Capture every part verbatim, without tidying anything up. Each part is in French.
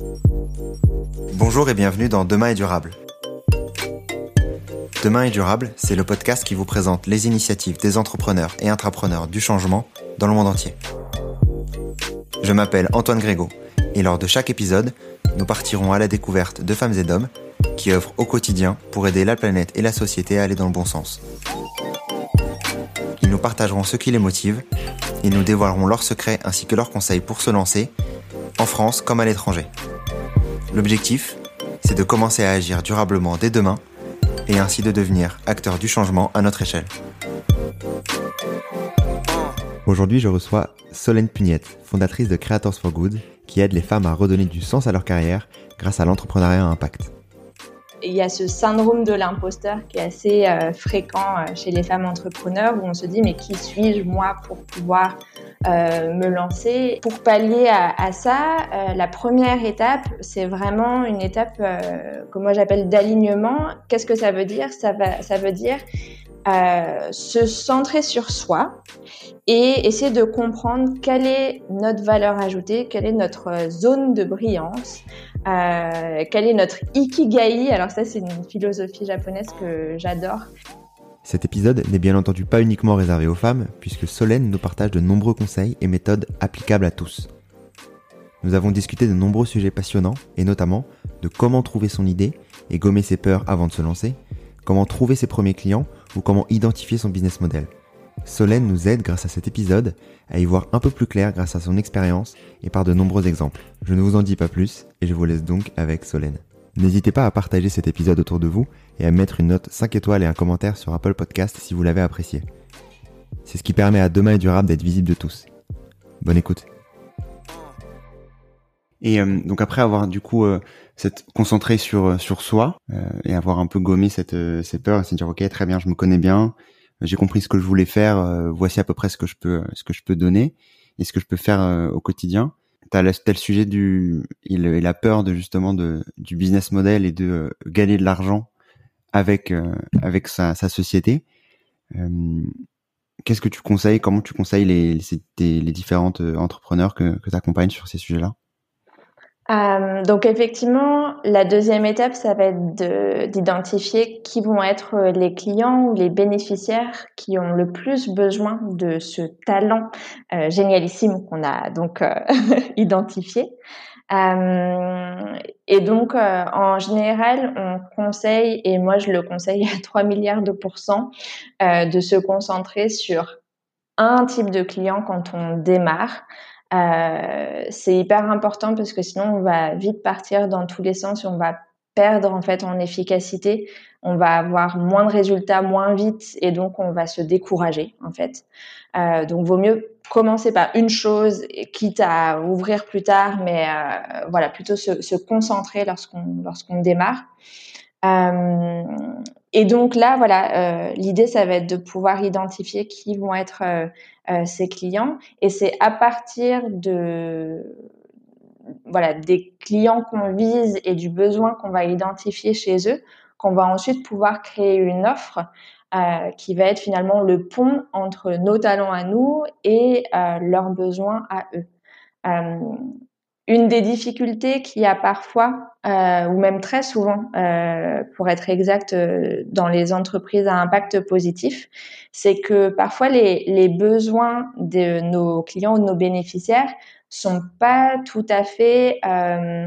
Bonjour et bienvenue dans Demain est durable. Demain est durable, c'est le podcast qui vous présente les initiatives des entrepreneurs et intrapreneurs du changement dans le monde entier. Je m'appelle Antoine Grégo et lors de chaque épisode, nous partirons à la découverte de femmes et d'hommes qui œuvrent au quotidien pour aider la planète et la société à aller dans le bon sens. Ils nous partageront ce qui les motive, ils nous dévoileront leurs secrets ainsi que leurs conseils pour se lancer, en France comme à l'étranger. L'objectif, c'est de commencer à agir durablement dès demain et ainsi de devenir acteur du changement à notre échelle. Aujourd'hui, je reçois Solène Pugnette, fondatrice de Creators for Good, qui aide les femmes à redonner du sens à leur carrière grâce à l'entrepreneuriat à impact. Il y a ce syndrome de l'imposteur qui est assez euh, fréquent euh, chez les femmes entrepreneurs où on se dit mais qui suis-je moi pour pouvoir euh, me lancer. Pour pallier à, à ça, euh, la première étape, c'est vraiment une étape euh, que moi j'appelle d'alignement. Qu'est-ce que ça veut dire ? Ça va, ça veut dire euh, se centrer sur soi et essayer de comprendre quelle est notre valeur ajoutée, quelle est notre zone de brillance. Euh, quel est notre ikigai ? Alors ça, c'est une philosophie japonaise que j'adore. Cet épisode n'est bien entendu pas uniquement réservé aux femmes, puisque Solène nous partage de nombreux conseils et méthodes applicables à tous. Nous avons discuté de nombreux sujets passionnants, et notamment de comment trouver son idée et gommer ses peurs avant de se lancer, comment trouver ses premiers clients ou comment identifier son business model. Solène nous aide grâce à cet épisode à y voir un peu plus clair grâce à son expérience et par de nombreux exemples. Je ne vous en dis pas plus et je vous laisse donc avec Solène. N'hésitez pas à partager cet épisode autour de vous et à mettre une note cinq étoiles et un commentaire sur Apple Podcast si vous l'avez apprécié. C'est ce qui permet à Demain est durable d'être visible de tous. Bonne écoute. Et euh, donc après avoir du coup euh, s'être concentré sur sur soi euh, et avoir un peu gommé cette euh, ces peurs et se dire ok très bien je me connais bien. J'ai compris ce que je voulais faire, euh, voici à peu près ce que je peux ce que je peux donner et ce que je peux faire euh, au quotidien. T'as le, t'as le sujet du et, le, et la peur de justement de du business model et de euh, gagner de l'argent avec euh, avec sa, sa société. Euh, qu'est-ce que tu conseilles, comment tu conseilles les les, les différentes entrepreneurs que que t'accompagnes sur ces sujets-là? Euh, donc effectivement, la deuxième étape, ça va être de, d'identifier qui vont être les clients ou les bénéficiaires qui ont le plus besoin de ce talent euh, génialissime qu'on a donc euh, identifié. Euh, et donc, euh, en général, on conseille, et moi je le conseille à trois milliards de pourcents, euh, de se concentrer sur un type de client quand on démarre. Euh, c'est hyper important parce que sinon on va vite partir dans tous les sens et on va perdre en fait en efficacité, on va avoir moins de résultats moins vite et donc on va se décourager en fait. Euh, donc vaut mieux commencer par une chose quitte à ouvrir plus tard, mais euh, voilà, plutôt se, se concentrer lorsqu'on lorsqu'on démarre. Euh, et donc là, voilà, euh, l'idée, ça va être de pouvoir identifier qui vont être euh, euh, ses clients. Et c'est à partir de, voilà, des clients qu'on vise et du besoin qu'on va identifier chez eux qu'on va ensuite pouvoir créer une offre euh, qui va être finalement le pont entre nos talents à nous et euh, leurs besoins à eux. Euh, Une des difficultés qu'il y a parfois, euh, ou même très souvent, euh, pour être exact, euh, dans les entreprises à impact positif, c'est que parfois les, les besoins de nos clients ou de nos bénéficiaires sont pas tout à fait, euh,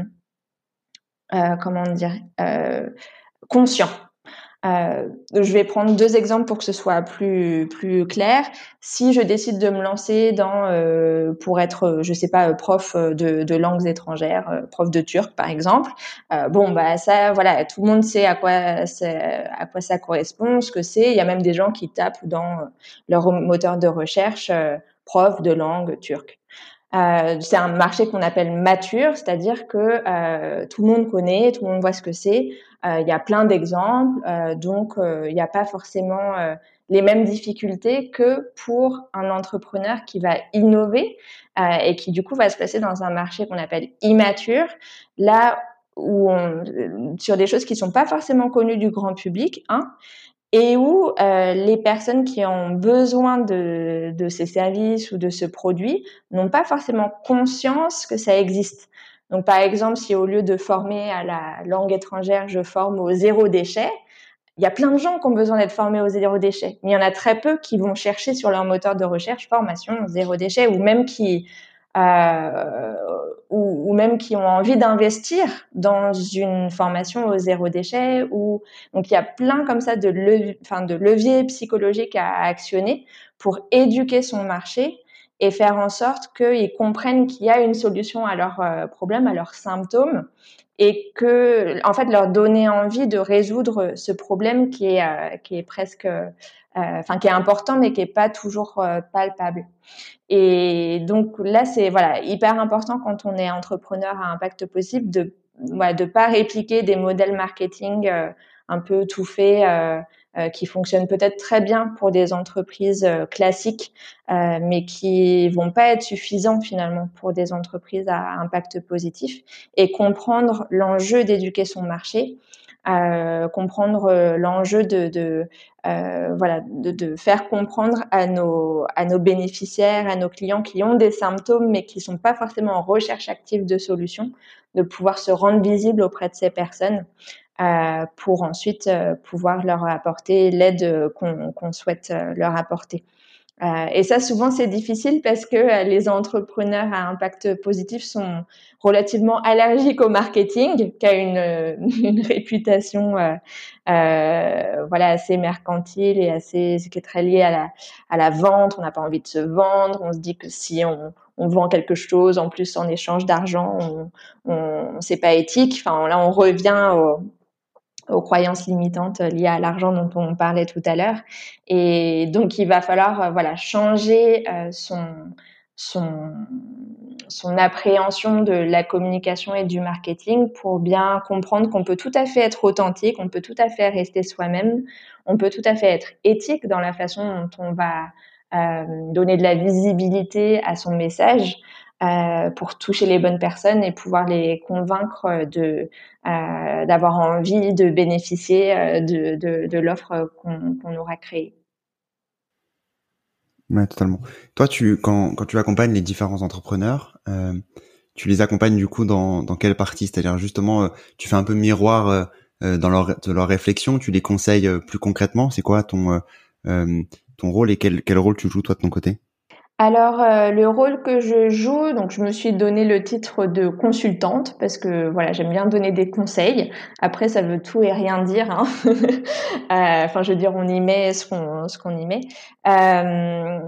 euh, comment dire, euh, conscients. Euh, je vais prendre deux exemples pour que ce soit plus plus clair. Si je décide de me lancer dans euh, pour être, je sais pas, prof de, de langues étrangères, euh, prof de turc par exemple, euh, bon bah ça, voilà, tout le monde sait à quoi c'est, à quoi ça correspond, ce que c'est. Il y a même des gens qui tapent dans leur moteur de recherche euh, prof de langue turque. Euh, c'est un marché qu'on appelle mature, c'est-à-dire que euh, tout le monde connaît, tout le monde voit ce que c'est. Euh, il y a plein d'exemples, euh, donc euh, il n'y a pas forcément euh, les mêmes difficultés que pour un entrepreneur qui va innover euh, et qui du coup va se placer dans un marché qu'on appelle immature, là où on, sur des choses qui sont pas forcément connues du grand public, hein, et où euh, les personnes qui ont besoin de, de ces services ou de ce produit n'ont pas forcément conscience que ça existe. Donc, par exemple, si au lieu de former à la langue étrangère, je forme au zéro déchet, il y a plein de gens qui ont besoin d'être formés au zéro déchet, mais il y en a très peu qui vont chercher sur leur moteur de recherche formation zéro déchet, ou même qui euh, ou, ou même qui ont envie d'investir dans une formation au zéro déchet. Ou donc il y a plein comme ça de leviers, enfin de leviers psychologiques à, à actionner pour éduquer son marché et faire en sorte qu'ils comprennent qu'il y a une solution à leurs euh, problèmes, à leurs symptômes, et que, en fait, leur donner envie de résoudre ce problème qui est, euh, qui est presque, euh, enfin, qui est important, mais qui est pas toujours euh, palpable. Et donc là, c'est voilà hyper important quand on est entrepreneur à impact possible de ouais, de pas répliquer des modèles marketing euh, un peu tout faits euh, euh, qui fonctionnent peut-être très bien pour des entreprises euh, classiques, euh, mais qui vont pas être suffisants finalement pour des entreprises à impact positif. Et comprendre l'enjeu d'éduquer son marché, euh, comprendre euh, l'enjeu de, de euh, voilà, de, de faire comprendre à nos, à nos bénéficiaires, à nos clients qui ont des symptômes mais qui sont pas forcément en recherche active de solutions, de pouvoir se rendre visible auprès de ces personnes euh, pour ensuite euh, pouvoir leur apporter l'aide qu'on, qu'on souhaite euh, leur apporter. Euh, et ça, souvent, c'est difficile parce que euh, les entrepreneurs à impact positif sont relativement allergiques au marketing, qui a une, une réputation, euh, euh, voilà, assez mercantile et assez, qui est très liée à la, à la vente. On n'a pas envie de se vendre. On se dit que si on, on vend quelque chose, en plus en échange d'argent, on, on, c'est pas éthique. Enfin, là, on revient au aux croyances limitantes liées à l'argent dont on parlait tout à l'heure. Et donc, il va falloir euh, voilà changer euh, son son son appréhension de la communication et du marketing pour bien comprendre qu'on peut tout à fait être authentique, on peut tout à fait rester soi-même, on peut tout à fait être éthique dans la façon dont on va euh, donner de la visibilité à son message euh, pour toucher les bonnes personnes et pouvoir les convaincre de euh, d'avoir envie de bénéficier euh, de, de, de l'offre qu'on, qu'on aura créée. Ouais, totalement. Toi, tu quand quand tu accompagnes les différents entrepreneurs, euh, tu les accompagnes du coup dans dans quelle partie? C'est-à-dire justement, euh, tu fais un peu miroir euh, euh, dans leur de leur réflexion, tu les conseilles euh, plus concrètement. C'est quoi ton euh, euh, ton rôle et quel quel rôle tu joues toi de ton côté? Alors, euh, le rôle que je joue, donc je me suis donné le titre de consultante parce que voilà, j'aime bien donner des conseils. Après, ça veut tout et rien dire, hein. Euh, Enfin, je veux dire, on y met ce qu'on ce qu'on y met. Euh,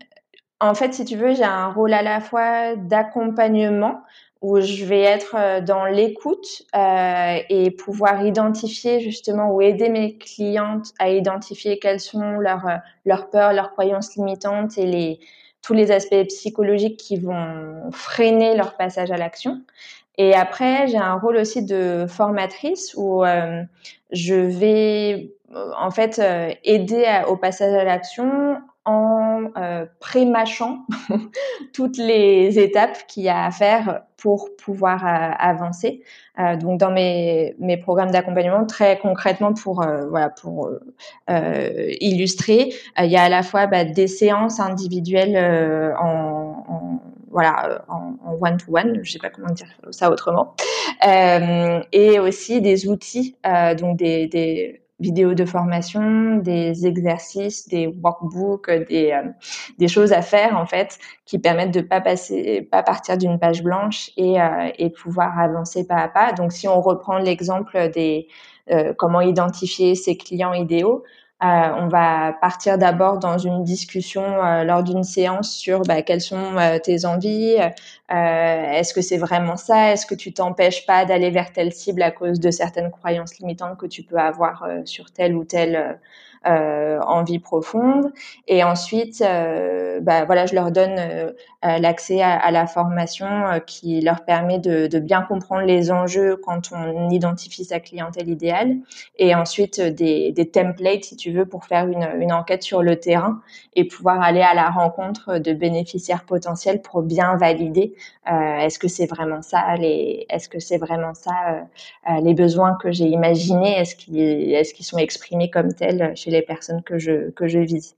En fait, si tu veux, j'ai un rôle à la fois d'accompagnement où je vais être euh, dans l'écoute euh, et pouvoir identifier justement ou aider mes clientes à identifier quelles sont leurs euh, leurs peurs, leurs croyances limitantes et les tous les aspects psychologiques qui vont freiner leur passage à l'action. Et après, j'ai un rôle aussi de formatrice où euh, je vais euh, en fait euh, aider à, au passage à l'action en euh, pré-mâchant toutes les étapes qu'il y a à faire pour pouvoir euh, avancer. Euh, donc dans mes mes programmes d'accompagnement, très concrètement pour euh, voilà pour euh, illustrer, euh, il y a à la fois bah, des séances individuelles euh, en, en voilà en, en one-to-one, je sais pas comment dire ça autrement, euh, et aussi des outils, euh, donc des, des vidéos de formation, des exercices, des workbooks, des euh, des choses à faire en fait qui permettent de pas passer, pas partir d'une page blanche et euh, et pouvoir avancer pas à pas. Donc si on reprend l'exemple des euh, comment identifier ses clients idéaux, euh, on va partir d'abord dans une discussion euh, lors d'une séance sur bah, quelles sont euh, tes envies, euh, est-ce que c'est vraiment ça, est-ce que tu t'empêches pas d'aller vers telle cible à cause de certaines croyances limitantes que tu peux avoir euh, sur telle ou telle euh, envie profonde. Et ensuite, euh, bah, voilà, je leur donne euh, l'accès à, à la formation euh, qui leur permet de, de bien comprendre les enjeux quand on identifie sa clientèle idéale, et ensuite des, des templates, si tu veux, pour faire une, une enquête sur le terrain et pouvoir aller à la rencontre de bénéficiaires potentiels pour bien valider euh, est-ce que c'est vraiment ça les est-ce que c'est vraiment ça euh, les besoins que j'ai imaginés, est-ce qu'ils est-ce qu'ils sont exprimés comme tels chez les personnes que je que je vise.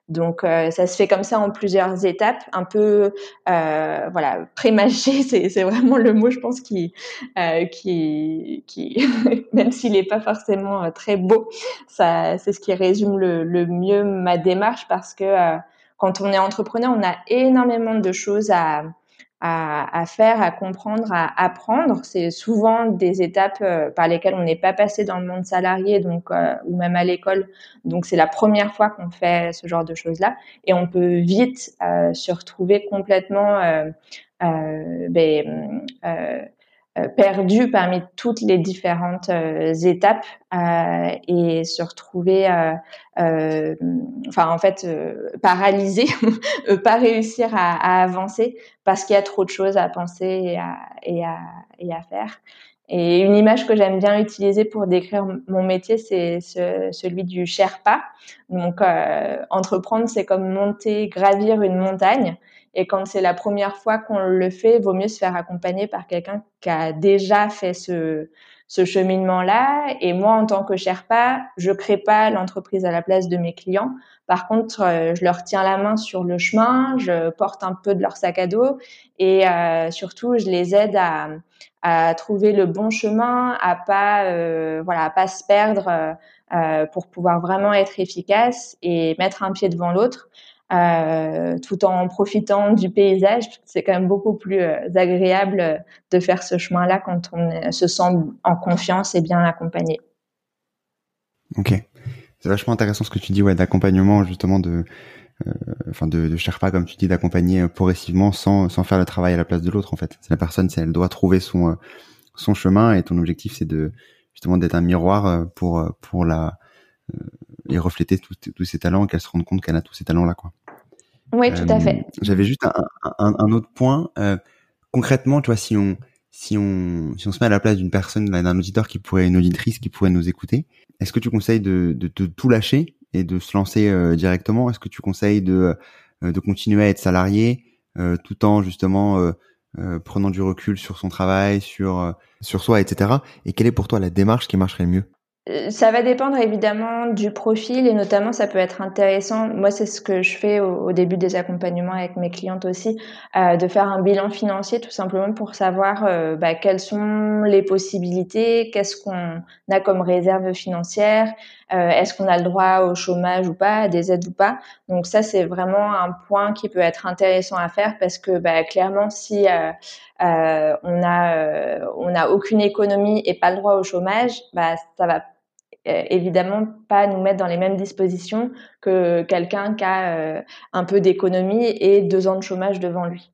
Donc euh, ça se fait comme ça en plusieurs étapes, un peu euh, voilà pré-mâché, c'est, c'est vraiment le mot je pense qui euh, qui qui même s'il n'est pas forcément euh, très beau, ça c'est ce qui résume le, le mieux ma démarche parce que euh, quand on est entrepreneur, on a énormément de choses à à, à faire, à comprendre, à apprendre. C'est souvent des étapes euh, par lesquelles on n'est pas passé dans le monde salarié, donc euh, ou même à l'école. Donc c'est la première fois qu'on fait ce genre de choses-là, et on peut vite euh, se retrouver complètement euh, euh, ben, euh, euh, perdu parmi toutes les différentes euh, étapes euh, et se retrouver, euh, euh, enfin en fait euh, paralysé, pas réussir à, à avancer parce qu'il y a trop de choses à penser et à, et à, et à faire. Et une image que j'aime bien utiliser pour décrire mon métier, c'est ce, celui du Sherpa. Donc, euh, entreprendre, c'est comme monter, gravir une montagne. Et quand c'est la première fois qu'on le fait, il vaut mieux se faire accompagner par quelqu'un qui a déjà fait ce, ce cheminement-là. Et moi, en tant que Sherpa, je crée pas l'entreprise à la place de mes clients. Par contre, euh, je leur tiens la main sur le chemin, je porte un peu de leur sac à dos et euh, surtout, je les aide à, à trouver le bon chemin, à pas, euh, voilà, à pas se perdre euh, pour pouvoir vraiment être efficace et mettre un pied devant l'autre. Euh, tout en profitant du paysage. C'est quand même beaucoup plus euh, agréable de faire ce chemin-là quand on est, se sent en confiance et bien accompagné. Ok. C'est vachement intéressant ce que tu dis, ouais, d'accompagnement, justement, de, euh, enfin, de, de Sherpa, comme tu dis, d'accompagner progressivement sans, sans faire le travail à la place de l'autre, en fait. C'est la personne, c'est, elle doit trouver son, son chemin, et ton objectif, c'est de, justement, d'être un miroir pour, pour la, euh, et refléter tous ses talents, qu'elle se rende compte qu'elle a tous ces talents-là, quoi. Oui, Euh, tout à fait. J'avais juste un, un, un autre point. Euh, concrètement, tu vois, si on, si on, si on se met à la place d'une personne, d'un auditeur qui pourrait, une auditrice qui pourrait nous écouter, est-ce que tu conseilles de, de, de tout lâcher et de se lancer euh, directement? Est-ce que tu conseilles de, euh, de continuer à être salarié euh, tout en justement euh, euh, prenant du recul sur son travail, sur, euh, sur soi, et cetera. Et quelle est pour toi la démarche qui marcherait le mieux? Ça va dépendre évidemment du profil et notamment ça peut être intéressant. Moi, c'est ce que je fais au, au début des accompagnements avec mes clientes aussi, euh, de faire un bilan financier tout simplement pour savoir euh, bah, quelles sont les possibilités, qu'est-ce qu'on a comme réserve financière, euh, est-ce qu'on a le droit au chômage ou pas, à des aides ou pas. Donc ça, c'est vraiment un point qui peut être intéressant à faire parce que bah, clairement, si euh, euh, on a euh, on n'a aucune économie et pas le droit au chômage, bah ça va euh, évidemment pas nous mettre dans les mêmes dispositions que quelqu'un qui a euh, un peu d'économie et deux ans de chômage devant lui.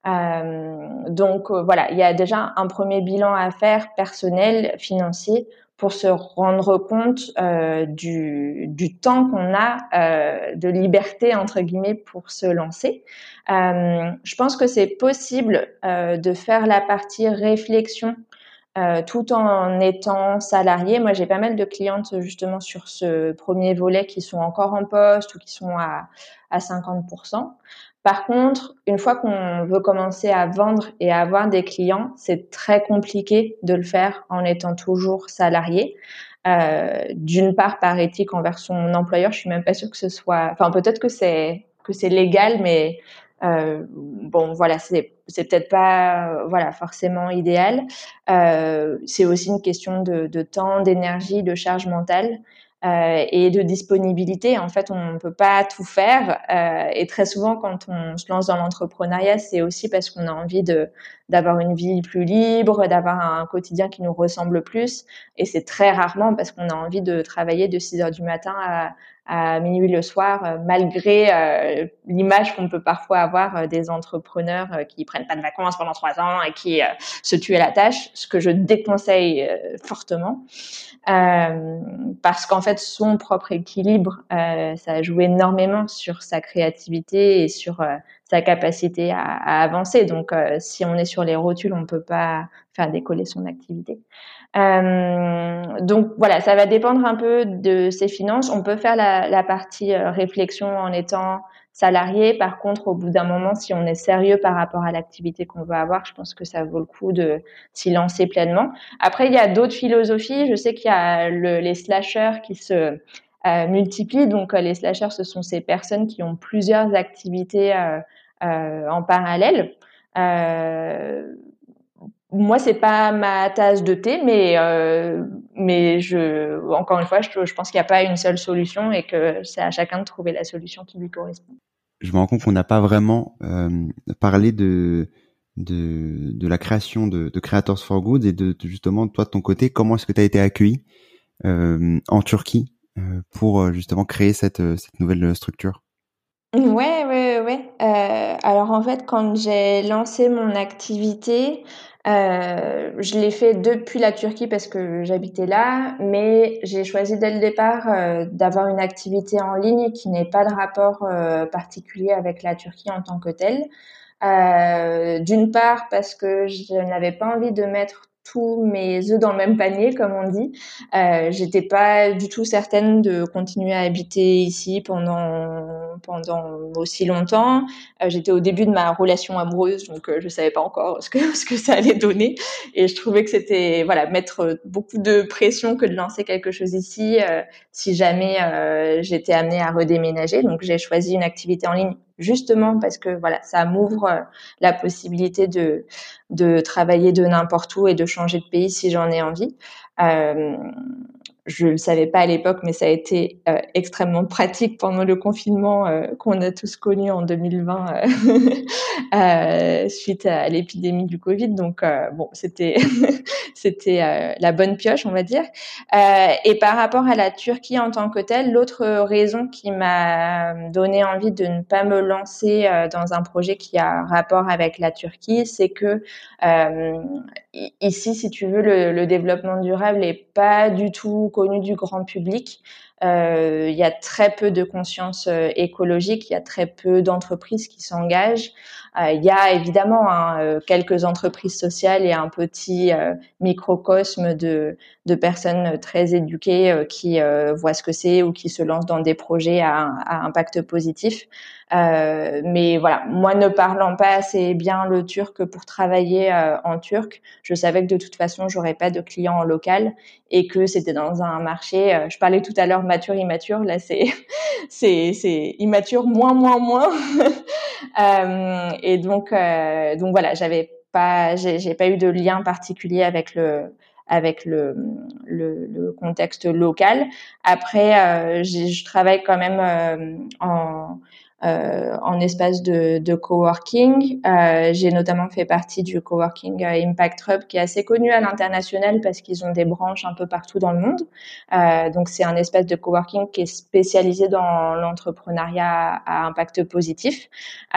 Euh, donc euh, voilà, il y a déjà un premier bilan à faire personnel, financier, pour se rendre compte euh, du, du temps qu'on a euh, de liberté entre guillemets pour se lancer. Euh, je pense que c'est possible euh, de faire la partie réflexion euh, tout en étant salarié. Moi, j'ai pas mal de clientes justement sur ce premier volet qui sont encore en poste ou qui sont à, à cinquante pour cent. Par contre, une fois qu'on veut commencer à vendre et à avoir des clients, c'est très compliqué de le faire en étant toujours salarié. Euh, d'une part par éthique envers son employeur, je suis même pas sûre que ce soit, enfin peut-être que c'est que c'est légal, mais euh, bon voilà, c'est c'est peut-être pas euh, voilà forcément idéal. Euh, c'est aussi une question de, de temps, d'énergie, de charge mentale. Euh, et de disponibilité. En fait, on ne peut pas tout faire. Euh, et très souvent, quand on se lance dans l'entrepreneuriat, c'est aussi parce qu'on a envie de d'avoir une vie plus libre, d'avoir un quotidien qui nous ressemble plus. Et c'est très rarement parce qu'on a envie de travailler de six heures du matin à, à minuit le soir, euh, malgré euh, l'image qu'on peut parfois avoir euh, des entrepreneurs euh, qui prennent pas de vacances pendant trois ans et qui euh, se tuent à la tâche, ce que je déconseille euh, fortement. Euh, parce qu'en fait, son propre équilibre, euh, ça joue énormément sur sa créativité et sur euh, sa capacité à, à avancer. Donc, euh, si on est sur les rotules, on ne peut pas faire décoller son activité. Euh, donc voilà, ça va dépendre un peu de ses finances. On peut faire la, la partie euh, réflexion en étant salarié. Par contre, au bout d'un moment, si on est sérieux par rapport à l'activité qu'on veut avoir, je pense que ça vaut le coup de s'y lancer pleinement. Après, il y a d'autres philosophies. Je sais qu'il y a le, les slashers qui se euh, multiplient. Donc, euh, les slashers, ce sont ces personnes qui ont plusieurs activités euh, euh, en parallèle. Euh, moi, c'est pas ma tasse de thé, mais euh, mais je, encore une fois, je, je pense qu'il n'y a pas une seule solution et que c'est à chacun de trouver la solution qui lui correspond. Je me rends compte qu'on n'a pas vraiment euh, parlé de, de de la création de, de Creators for Good et de, de justement toi de ton côté, comment est-ce que tu as été accueilli euh, en Turquie euh, pour justement créer cette cette nouvelle structure? Ouais, ouais, ouais. Euh, alors en fait, quand j'ai lancé mon activité, euh, je l'ai fait depuis la Turquie parce que j'habitais là, mais j'ai choisi dès le départ euh, d'avoir une activité en ligne qui n'ait pas de rapport euh, particulier avec la Turquie en tant que telle. Euh, d'une part parce que je n'avais pas envie de mettre tous mes œufs dans le même panier, comme on dit. Euh, j'étais pas du tout certaine de continuer à habiter ici pendant pendant aussi longtemps. Euh, j'étais au début de ma relation amoureuse, donc euh, je savais pas encore ce que ce que ça allait donner. Et je trouvais que c'était voilà mettre beaucoup de pression que de lancer quelque chose ici euh, si jamais euh, j'étais amenée à redéménager. Donc j'ai choisi une activité en ligne justement parce que voilà ça m'ouvre euh, la possibilité de de travailler de n'importe où et de changer de pays si j'en ai envie. Euh, je le savais pas à l'époque, mais ça a été euh, extrêmement pratique pendant le confinement euh, qu'on a tous connu en deux mille vingt euh, euh, suite à l'épidémie du Covid. Donc euh, bon, c'était c'était euh, la bonne pioche, on va dire. Euh, et par rapport à la Turquie en tant que telle, l'autre raison qui m'a donné envie de ne pas me lancer euh, dans un projet qui a rapport avec la Turquie, c'est que euh, ici, si tu veux, le, le développement durable n'est pas du tout connu du grand public. Euh, il y a très peu de conscience euh, écologique, il y a très peu d'entreprises qui s'engagent. Euh, il y a évidemment hein, euh, quelques entreprises sociales et un petit euh, microcosme de, de personnes très éduquées euh, qui euh, voient ce que c'est ou qui se lancent dans des projets à, à impact positif. Euh, mais voilà, moi ne parlant pas assez bien le turc pour travailler euh, en turc, je savais que de toute façon j'aurais pas de clients en local et que c'était dans un marché. Euh, je parlais tout à l'heure mature immature, là c'est c'est c'est immature moins moins moins. euh, et donc euh, donc voilà, j'avais pas j'ai, j'ai pas eu de lien particulier avec le avec le, le, le contexte local. Après, euh, je travaille quand même euh, en euh, en espace de, de coworking. Euh, j'ai notamment fait partie du coworking euh, Impact Hub qui est assez connu à l'international parce qu'ils ont des branches un peu partout dans le monde. Euh, donc c'est un espace de coworking qui est spécialisé dans l'entrepreneuriat à impact positif.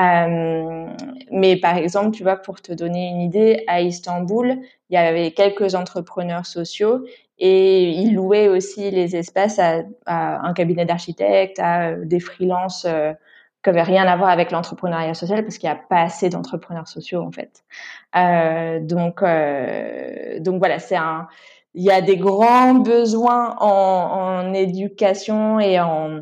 Euh, mais par exemple, tu vois, pour te donner une idée, à Istanbul, il y avait quelques entrepreneurs sociaux et ils louaient aussi les espaces à, à un cabinet d'architectes, à des freelances euh, qui n'avaient rien à voir avec l'entrepreneuriat social parce qu'il n'y a pas assez d'entrepreneurs sociaux en fait. Euh, donc, euh, donc voilà, c'est un, il y a des grands besoins en, en éducation et en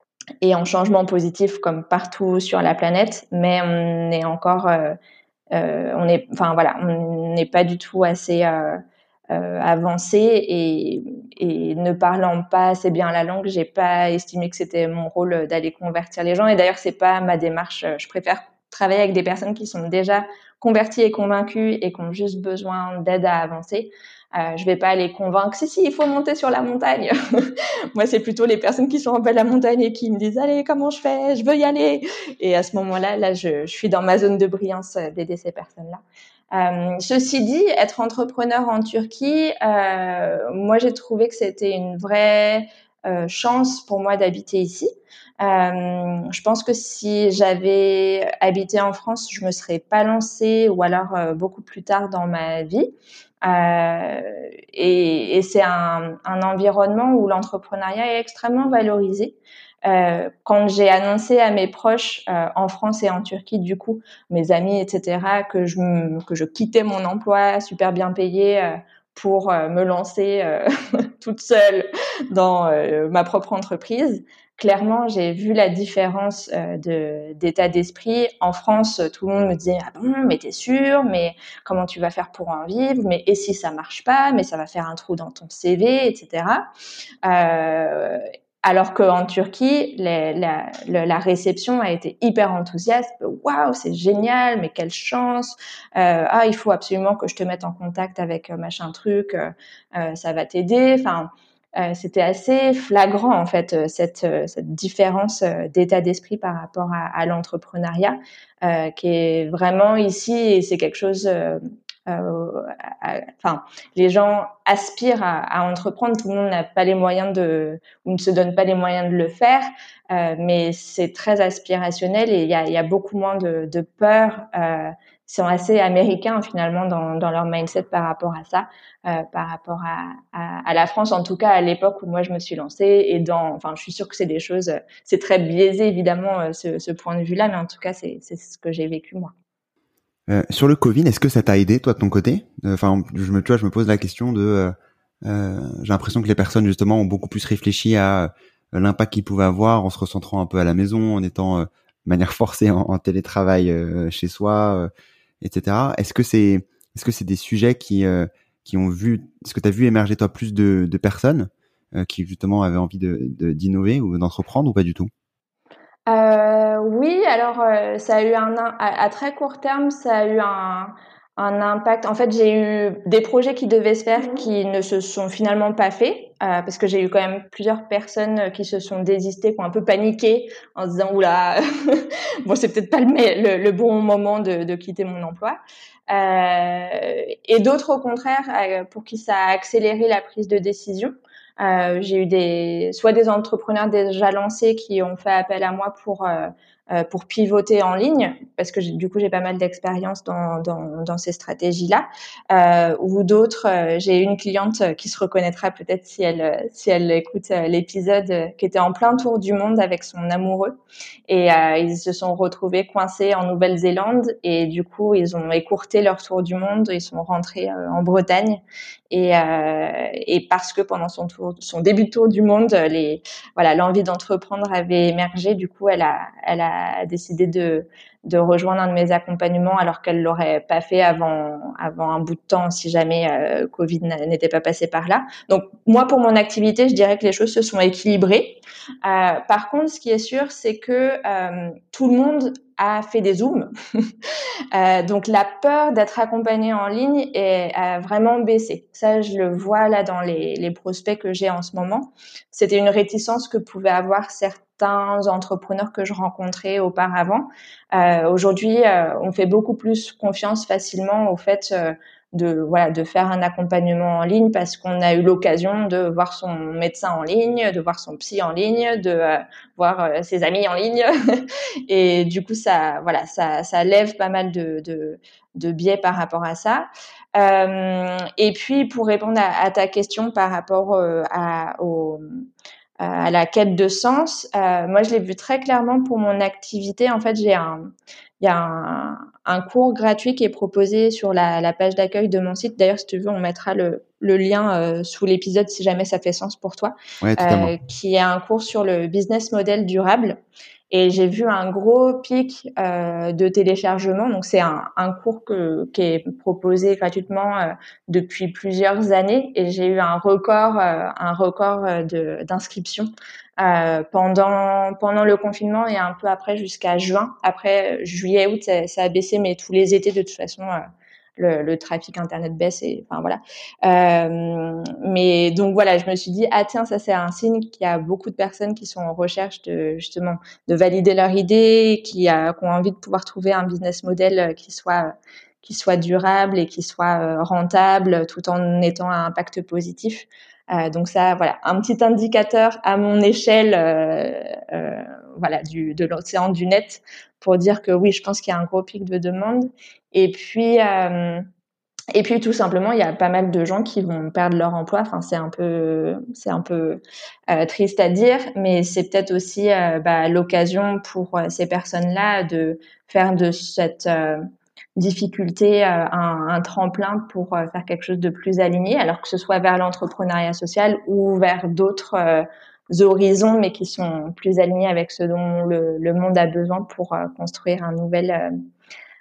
et en changement positif comme partout sur la planète, mais on est encore, euh, euh, on est, enfin voilà, on n'est pas du tout assez euh, euh, avancé et, et ne parlant pas assez bien la langue, j'ai pas estimé que c'était mon rôle d'aller convertir les gens. Et d'ailleurs, c'est pas ma démarche. Je préfère travailler avec des personnes qui sont déjà converties et convaincues et qui ont juste besoin d'aide à avancer. Euh, je vais pas les convaincre. Si si, il faut monter sur la montagne. Moi, c'est plutôt les personnes qui sont en bas de la montagne et qui me disent allez, comment je fais? Je veux y aller. Et à ce moment-là, là, je, je suis dans ma zone de brillance d'aider ces personnes-là. Euh, ceci dit, être entrepreneur en Turquie, euh, moi j'ai trouvé que c'était une vraie euh, chance pour moi d'habiter ici. Euh, je pense que si j'avais habité en France, je me serais pas lancée ou alors euh, beaucoup plus tard dans ma vie. Euh, et, et c'est un, un environnement où l'entrepreneuriat est extrêmement valorisé. Euh, quand j'ai annoncé à mes proches euh, en France et en Turquie, du coup, mes amis, et cetera, que je que je quittais mon emploi super bien payé euh, pour euh, me lancer euh, toute seule dans euh, ma propre entreprise. Clairement, j'ai vu la différence euh, de d'état d'esprit. En France, tout le monde me disait ah bon, mais t'es sûr, mais comment tu vas faire pour en vivre, mais et si ça marche pas, mais ça va faire un trou dans ton C V, et cetera. Euh, alors qu'en Turquie, les, la, la, la réception a été hyper enthousiaste. Waouh, c'est génial, mais quelle chance. Euh, ah, il faut absolument que je te mette en contact avec machin truc, euh, ça va t'aider. Enfin, euh, c'était assez flagrant, en fait, cette, cette différence d'état d'esprit par rapport à, à l'entrepreneuriat, euh, qui est vraiment ici, et c'est quelque chose... Euh, Euh, enfin, les gens aspirent à, à entreprendre. Tout le monde n'a pas les moyens de, ou ne se donne pas les moyens de le faire, euh, mais c'est très aspirationnel et il y a, y a beaucoup moins de, de peur. Euh, ils sont assez américains finalement dans, dans leur mindset par rapport à ça, euh, par rapport à, à, à la France, en tout cas à l'époque où moi je me suis lancée. Et dans, enfin, je suis sûre que c'est des choses, c'est très biaisé évidemment ce, ce point de vue-là, mais en tout cas c'est, c'est ce que j'ai vécu moi. Euh, sur le Covid, est-ce que ça t'a aidé toi de ton côté? Enfin, je me, tu vois, je me pose la question de, euh, euh, j'ai l'impression que les personnes justement ont beaucoup plus réfléchi à euh, l'impact qu'ils pouvaient avoir en se recentrant un peu à la maison, en étant euh, de manière forcée en, en télétravail euh, chez soi, euh, et cetera. Est-ce que c'est, est-ce que c'est des sujets qui euh, qui ont vu, est-ce que t'as vu émerger toi plus de, de personnes euh, qui justement avaient envie de, de d'innover ou d'entreprendre ou pas du tout? Euh, oui, alors euh, ça a eu un à, à très court terme, ça a eu un, un impact. En fait, j'ai eu des projets qui devaient se faire qui ne se sont finalement pas faits euh, parce que j'ai eu quand même plusieurs personnes qui se sont désistées, qui ont un peu paniqué en se disant oula, bon c'est peut-être pas le, le, le bon moment de, de quitter mon emploi. Euh, et d'autres au contraire pour qui ça a accéléré la prise de décision. Euh, j'ai eu des, soit des entrepreneurs déjà lancés qui ont fait appel à moi pour euh, euh, pour pivoter en ligne, parce que j'ai, du coup j'ai pas mal d'expérience dans dans, dans ces stratégies-là, euh, ou d'autres. Euh, j'ai une cliente qui se reconnaîtra peut-être si elle si elle écoute l'épisode, euh, qui était en plein tour du monde avec son amoureux, et euh, ils se sont retrouvés coincés en Nouvelle-Zélande, et du coup ils ont écourté leur tour du monde, ils sont rentrés euh, en Bretagne. Et, euh, et parce que pendant son tour, son début de tour du monde, les, voilà, l'envie d'entreprendre avait émergé. Du coup, elle a, elle a décidé de, de rejoindre un de mes accompagnements alors qu'elle l'aurait pas fait avant, avant un bout de temps si jamais euh, Covid n'était pas passé par là. Donc, moi, pour mon activité, je dirais que les choses se sont équilibrées. Euh, par contre, ce qui est sûr, c'est que euh, tout le monde a fait des zooms. Euh, donc la peur d'être accompagnée en ligne est, a vraiment baissé. Ça, je le vois là dans les, les prospects que j'ai en ce moment. C'était une réticence que pouvaient avoir certains entrepreneurs que je rencontrais auparavant. Euh, aujourd'hui, euh, on fait beaucoup plus confiance facilement au fait euh, de voilà de faire un accompagnement en ligne parce qu'on a eu l'occasion de voir son médecin en ligne, de voir son psy en ligne, de euh, voir euh, ses amis en ligne. Et du coup, ça, voilà, ça, ça lève pas mal de, de, de biais par rapport à ça. Euh, et puis, pour répondre à, à ta question par rapport euh, à, au, à la quête de sens, euh, moi, je l'ai vu très clairement pour mon activité. En fait, j'ai un, il y a un, un cours gratuit qui est proposé sur la, la page d'accueil de mon site. D'ailleurs, si tu veux, on mettra le, le lien euh, sous l'épisode si jamais ça fait sens pour toi, Ouais, totalement. euh, qui est un cours sur le business model durable. Et j'ai vu un gros pic euh, de téléchargement. Donc c'est un, un cours que, qui est proposé gratuitement euh, depuis plusieurs années, et j'ai eu un record, euh, un record de d'inscription euh, pendant pendant le confinement et un peu après jusqu'à juin. Après juillet, août, ça, ça a baissé, mais tous les étés de toute façon. Euh, le, le trafic internet baisse, et enfin voilà. Euh, mais donc voilà, je me suis dit ah tiens, ça c'est un signe qu'il y a beaucoup de personnes qui sont en recherche de justement de valider leur idée, qui, a, qui ont envie de pouvoir trouver un business model qui soit qui soit durable et qui soit rentable tout en étant à impact positif. Euh, donc ça, voilà, un petit indicateur à mon échelle, euh, euh, voilà, du, de l'océan du net, pour dire que oui, je pense qu'il y a un gros pic de demande. Et puis, euh, et puis tout simplement, il y a pas mal de gens qui vont perdre leur emploi. Enfin, c'est un peu, c'est un peu euh, triste à dire, mais c'est peut-être aussi euh, bah, l'occasion pour euh, ces personnes-là de faire de cette euh, difficulté euh, un, un tremplin pour euh, faire quelque chose de plus aligné, alors que ce soit vers l'entrepreneuriat social ou vers d'autres euh, horizons, mais qui sont plus alignés avec ce dont le, le monde a besoin pour euh, construire un nouvel euh,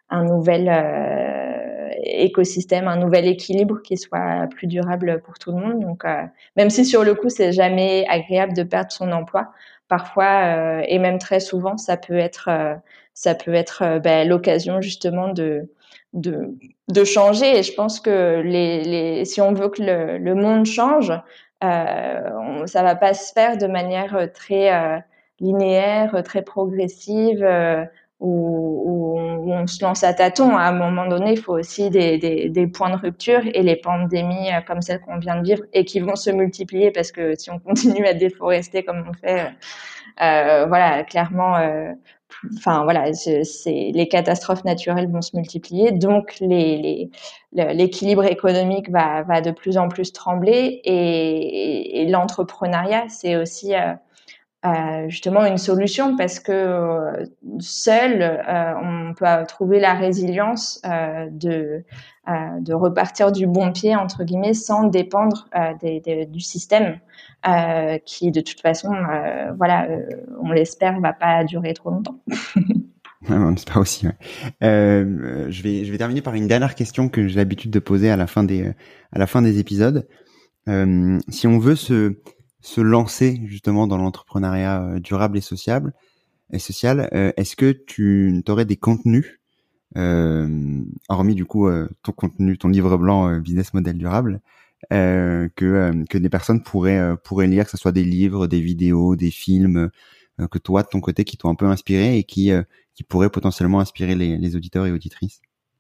un nouvel euh, écosystème, un nouvel équilibre qui soit plus durable pour tout le monde. Donc, euh, même si sur le coup, c'est jamais agréable de perdre son emploi, parfois euh, et même très souvent, ça peut être, euh, ça peut être euh, ben, l'occasion justement de de de changer. Et je pense que les, les si on veut que le, le monde change, euh, on, ça va pas se faire de manière très euh, linéaire, très progressive. Euh, où, où, on, où on se lance à tâtons. À un moment donné, il faut aussi des, des, des points de rupture, et les pandémies euh, comme celle qu'on vient de vivre et qui vont se multiplier parce que si on continue à déforester comme on fait, euh, voilà, clairement, euh, enfin voilà, c'est, c'est, les catastrophes naturelles vont se multiplier, donc les, les, l'équilibre économique va, va de plus en plus trembler, et, et, et l'entrepreneuriat, c'est aussi euh, euh, justement une solution, parce que euh, seul euh, on peut trouver la résilience euh, de euh, de repartir du bon pied entre guillemets, sans dépendre euh, des, des, du système euh, qui de toute façon euh, voilà euh, on l'espère va pas durer trop longtemps. On espère aussi. Ouais. Euh, je vais je vais terminer par une dernière question que j'ai l'habitude de poser à la fin des à la fin des épisodes. Euh, si on veut se se lancer justement dans l'entrepreneuriat durable et sociable et social, euh, est-ce que tu aurais des contenus, euh, hormis du coup euh, ton contenu, ton livre blanc euh, business model durable, euh, que euh, que des personnes pourraient euh, pourraient lire, que ce soit des livres, des vidéos, des films, euh, que toi de ton côté qui t'ont un peu inspiré et qui euh, qui pourraient potentiellement inspirer les, les auditeurs et auditrices?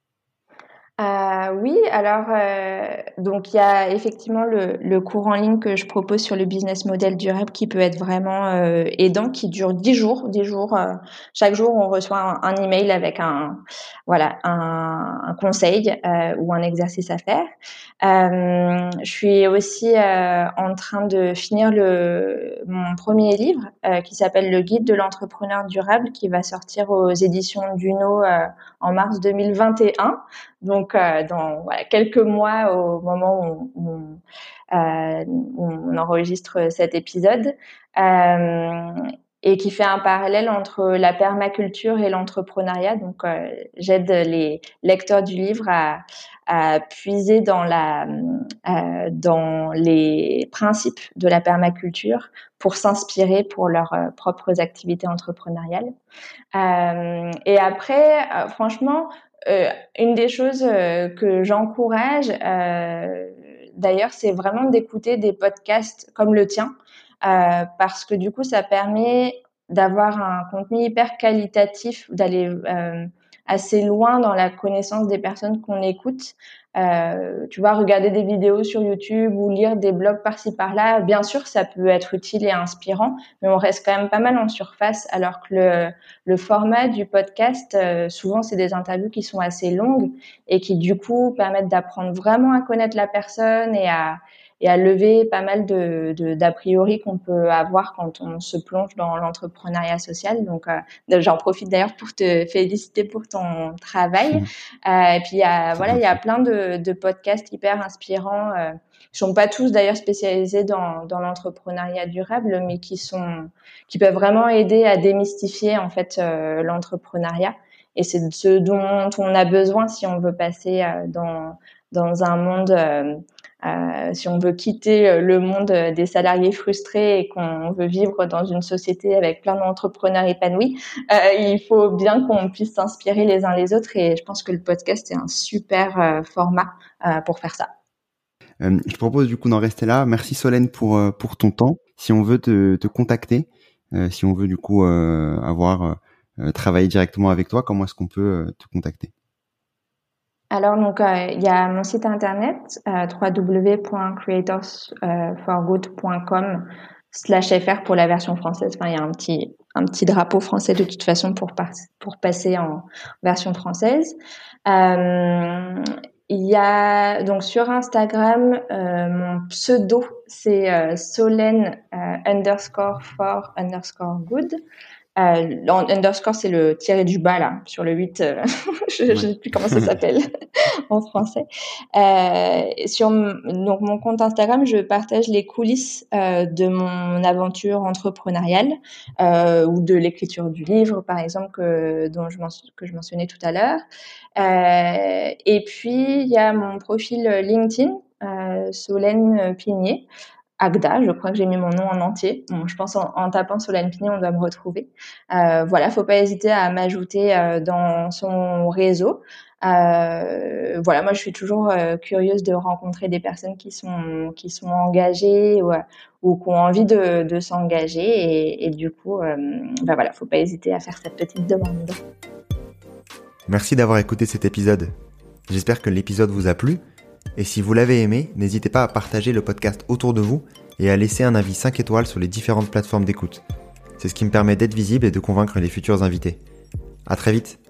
Euh, oui, alors euh, donc il y a effectivement le, le cours en ligne que je propose sur le business model durable, qui peut être vraiment euh, aidant, qui dure dix jours. dix jours, euh, chaque jour on reçoit un, un email avec un voilà un, un conseil euh, ou un exercice à faire. Euh, je suis aussi euh, en train de finir le mon premier livre euh, qui s'appelle Le Guide de l'entrepreneur durable, qui va sortir aux éditions Duno euh, en mars deux mille vingt et un. Donc, euh, dans voilà, quelques mois, au moment où, où, euh, où on enregistre cet épisode, euh, et qui fait un parallèle entre la permaculture et l'entrepreneuriat. Donc, euh, j'aide les lecteurs du livre à, à puiser dans la, euh, dans les principes de la permaculture pour s'inspirer pour leurs euh, propres activités entrepreneuriales. Euh, et après, euh, franchement, euh, une des choses euh, que j'encourage, euh, d'ailleurs, c'est vraiment d'écouter des podcasts comme le tien, euh, parce que du coup, ça permet d'avoir un contenu hyper qualitatif, d'aller euh, assez loin dans la connaissance des personnes qu'on écoute. Euh, tu vois, regarder des vidéos sur YouTube ou lire des blogs par-ci par-là, bien sûr, ça peut être utile et inspirant, mais on reste quand même pas mal en surface, alors que le le format du podcast, euh, souvent, c'est des interviews qui sont assez longues et qui, du coup, permettent d'apprendre vraiment à connaître la personne et à, et à lever pas mal de, de, d'a priori qu'on peut avoir quand on se plonge dans l'entrepreneuriat social. Donc, euh, j'en profite d'ailleurs pour te féliciter pour ton travail. Euh, et puis, il y a, voilà, il y a plein de, de podcasts hyper inspirants. Euh, qui sont pas tous d'ailleurs spécialisés dans, dans l'entrepreneuriat durable, mais qui sont qui peuvent vraiment aider à démystifier en fait euh, l'entrepreneuriat. Et c'est ce dont on a besoin si on veut passer euh, dans dans un monde, euh, euh, si on veut quitter le monde des salariés frustrés et qu'on veut vivre dans une société avec plein d'entrepreneurs épanouis. Euh, il faut bien qu'on puisse s'inspirer les uns les autres, et je pense que le podcast est un super euh, format euh, pour faire ça. Euh, je propose du coup d'en rester là. Merci Solène pour euh, pour ton temps. Si on veut te, te contacter, euh, si on veut du coup euh, avoir euh, travaillé directement avec toi, comment est-ce qu'on peut euh, te contacter? Alors donc euh, il y a mon site internet euh, w w w point creators for good point com slash f r pour la version française. Enfin, il y a un petit un petit drapeau français de toute façon pour par- pour passer en version française. Euh, il y a donc sur Instagram euh, mon pseudo c'est euh, Solène euh, underscore for underscore good. Euh, underscore, c'est le tiré du bas, là, sur le huit. Euh, je ne sais plus comment ça s'appelle en français. Euh, sur m- donc, mon compte Instagram, je partage les coulisses euh, de mon aventure entrepreneuriale euh, ou de l'écriture du livre, par exemple, que, dont je, men- que je mentionnais tout à l'heure. Euh, et puis, il y a mon profil LinkedIn, euh, Solène Pigné. Agda, je crois que j'ai mis mon nom en entier. Bon, je pense en, en tapant Solène Pigné, on doit me retrouver. Euh, voilà, faut pas hésiter à m'ajouter euh, dans son réseau. Euh, voilà, moi je suis toujours euh, curieuse de rencontrer des personnes qui sont qui sont engagées ou, ou qui ont envie de, de s'engager et, et du coup, euh, ben voilà, faut pas hésiter à faire cette petite demande. Merci d'avoir écouté cet épisode. J'espère que l'épisode vous a plu. Et si vous l'avez aimé, n'hésitez pas à partager le podcast autour de vous et à laisser un avis cinq étoiles sur les différentes plateformes d'écoute. C'est ce qui me permet d'être visible et de convaincre les futurs invités. À très vite.